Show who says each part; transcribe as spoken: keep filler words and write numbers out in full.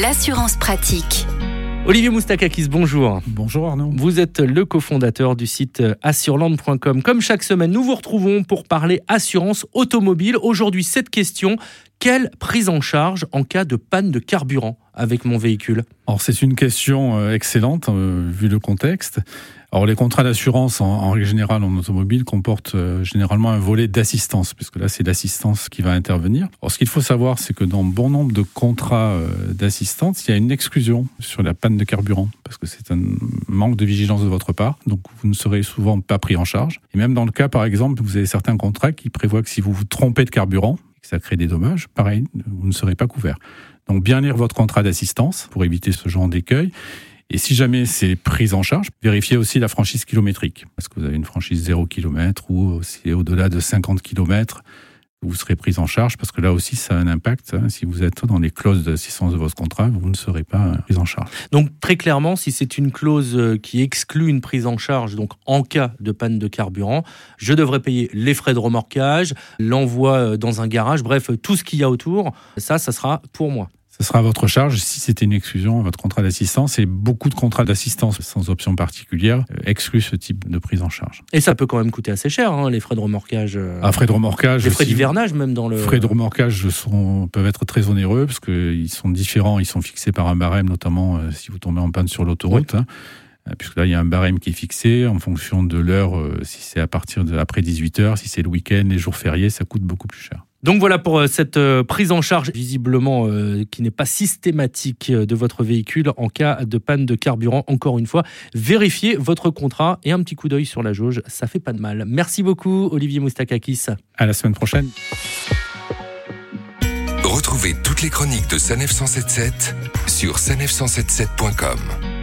Speaker 1: l'assurance pratique.
Speaker 2: Olivier Moustakakis, bonjour.
Speaker 3: Bonjour Arnaud.
Speaker 2: Vous êtes le cofondateur du site assureland point com. Comme chaque semaine, nous vous retrouvons pour parler assurance automobile. Aujourd'hui, cette question, quelle prise en charge en cas de panne de carburant avec mon véhicule ?
Speaker 3: Alors c'est une question excellente euh, vu le contexte. Alors les contrats d'assurance en, en règle générale en automobile comportent euh, généralement un volet d'assistance, puisque là c'est l'assistance qui va intervenir. Alors ce qu'il faut savoir, c'est que dans bon nombre de contrats euh, d'assistance, il y a une exclusion sur la panne de carburant, parce que c'est un manque de vigilance de votre part, donc vous ne serez souvent pas pris en charge. Et même dans le cas, par exemple, vous avez certains contrats qui prévoient que si vous vous trompez de carburant, que ça crée des dommages, pareil, vous ne serez pas couvert. Donc bien lire votre contrat d'assistance pour éviter ce genre d'écueil. Et si jamais c'est pris en charge, vérifiez aussi la franchise kilométrique. Parce que vous avez une franchise zéro kilomètre ou c'est au-delà de cinquante kilomètres, vous serez pris en charge parce que là aussi ça a un impact. Hein. Si vous êtes dans les clauses d'assistance de votre contrat, vous ne serez pas pris en charge.
Speaker 2: Donc très clairement, si c'est une clause qui exclut une prise en charge, donc en cas de panne de carburant, je devrais payer les frais de remorquage, l'envoi dans un garage, bref, tout ce qu'il y a autour, ça, ça sera pour moi.
Speaker 3: Ce sera à votre charge si c'était une exclusion à votre contrat d'assistance. Et beaucoup de contrats d'assistance sans option particulière excluent ce type de prise en charge.
Speaker 2: Et ça peut quand même coûter assez cher, hein, les frais de remorquage. Euh...
Speaker 3: Ah, frais de remorquage.
Speaker 2: Les frais aussi, d'hivernage même dans le.
Speaker 3: Frais de remorquage sont, peuvent être très onéreux parce qu'ils sont différents. Ils sont fixés par un barème, notamment euh, si vous tombez en panne sur l'autoroute. Oui. Hein. Puisque là, il y a un barème qui est fixé en fonction de l'heure, euh, si c'est à partir de après dix-huit heures, si c'est le week-end, les jours fériés, ça coûte beaucoup plus cher.
Speaker 2: Donc voilà pour euh, cette euh, prise en charge, visiblement, euh, qui n'est pas systématique euh, de votre véhicule en cas de panne de carburant. Encore une fois, vérifiez votre contrat et un petit coup d'œil sur la jauge, ça fait pas de mal. Merci beaucoup, Olivier Moustakakis.
Speaker 3: À la semaine prochaine.
Speaker 4: Retrouvez toutes les chroniques de Sanef cent soixante-dix-sept sur sanef cent soixante-dix-sept point com.